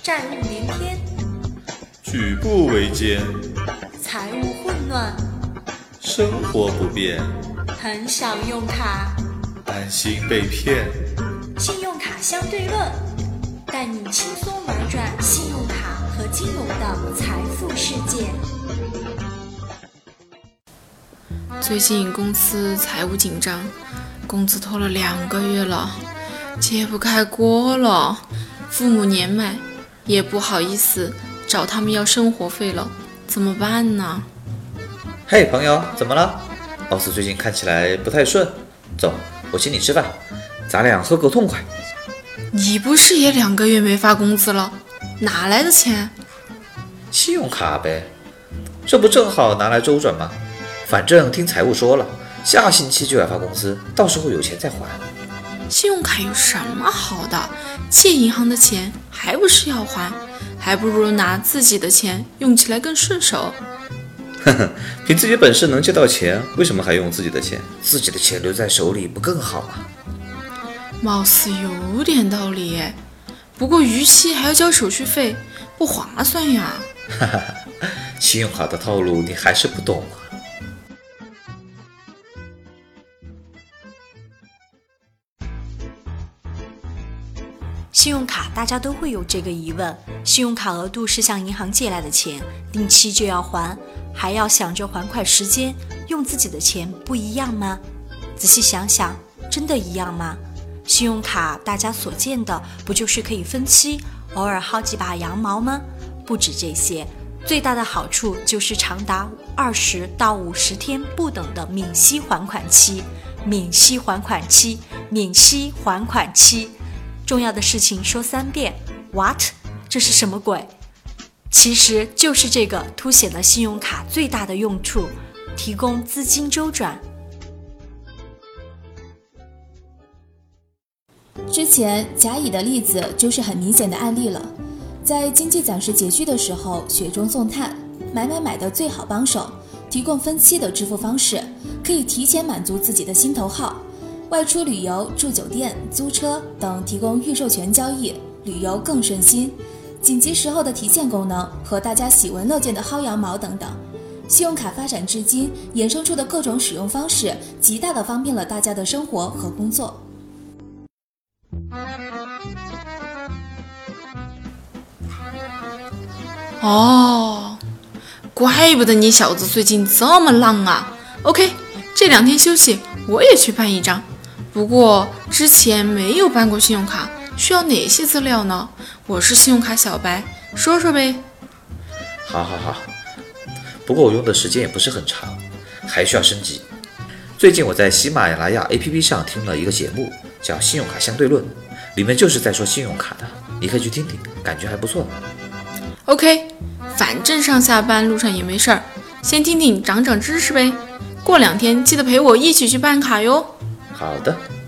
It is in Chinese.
债务连篇， 举步维艰， 财务混乱， 生活不便， 很想用卡。 担心被骗。 信用卡相对论，带你轻松玩转信用卡和金融的财富世界。 最近公司财务紧张，工资拖了2个月了，揭不开锅了。父母年迈，也不好意思找他们要生活费了，怎么办呢？ 嘿，朋友，怎么了？boss最近看起来不太顺，走，我请你吃饭，咱俩喝个痛快。 你不是也2个月没发工资了，哪来的钱？ 信用卡呗，这不正好拿来周转吗？反正听财务说了，下星期就要发工资，到时候有钱再还。 信用卡有什么好的？借银行的钱还不是要还，还不如拿自己的钱用起来更顺手。 呵呵，凭自己本事能借到钱，为什么还用自己的钱？自己的钱留在手里不更好吗？ 貌似有点道理耶，不过逾期还要交手续费，不划算呀。 哈哈，信用卡的套路你还是不懂啊。 信用卡大家都会有这个疑问，信用卡额度是向银行借来的钱，定期就要还，还要想着还款时间，用自己的钱不一样吗？仔细想想，真的一样吗？信用卡大家所见的不就是可以分期，偶尔薅几把羊毛吗？不止这些，最大的好处就是长达20到50天不等的免息还款期，免息还款期，免息还款期。重要的事情说3遍 ，What？ 这是什么鬼？其实就是这个凸显了信用卡最大的用处，提供资金周转。 之前甲乙的例子就是很明显的案例了，在经济暂时拮据的时候，雪中送炭，买的最好帮手，提供分期的支付方式，可以提前满足自己的心头好。外出旅游、住酒店、租车等提供预授权交易，旅游更顺心。紧急时候的提现功能和大家喜闻乐见的薅羊毛等等，信用卡发展至今衍生出的各种使用方式，极大地方便了大家的生活和工作。 哦，怪不得你小子最近这么浪啊。OK， 这2天休息，我也去办一张。不过之前没有办过信用卡，需要哪些资料呢？我是信用卡小白，说说呗。 好，不过我用的时间也不是很长，还需要升级。最近我在喜马拉雅 APP 上听了一个节目，叫《信用卡相对论》，里面就是在说信用卡的，你可以去听听，感觉还不错。 OK， 反正上下班路上也没事儿，先听听长知识呗。过2天记得陪我一起去办卡哟。 好的。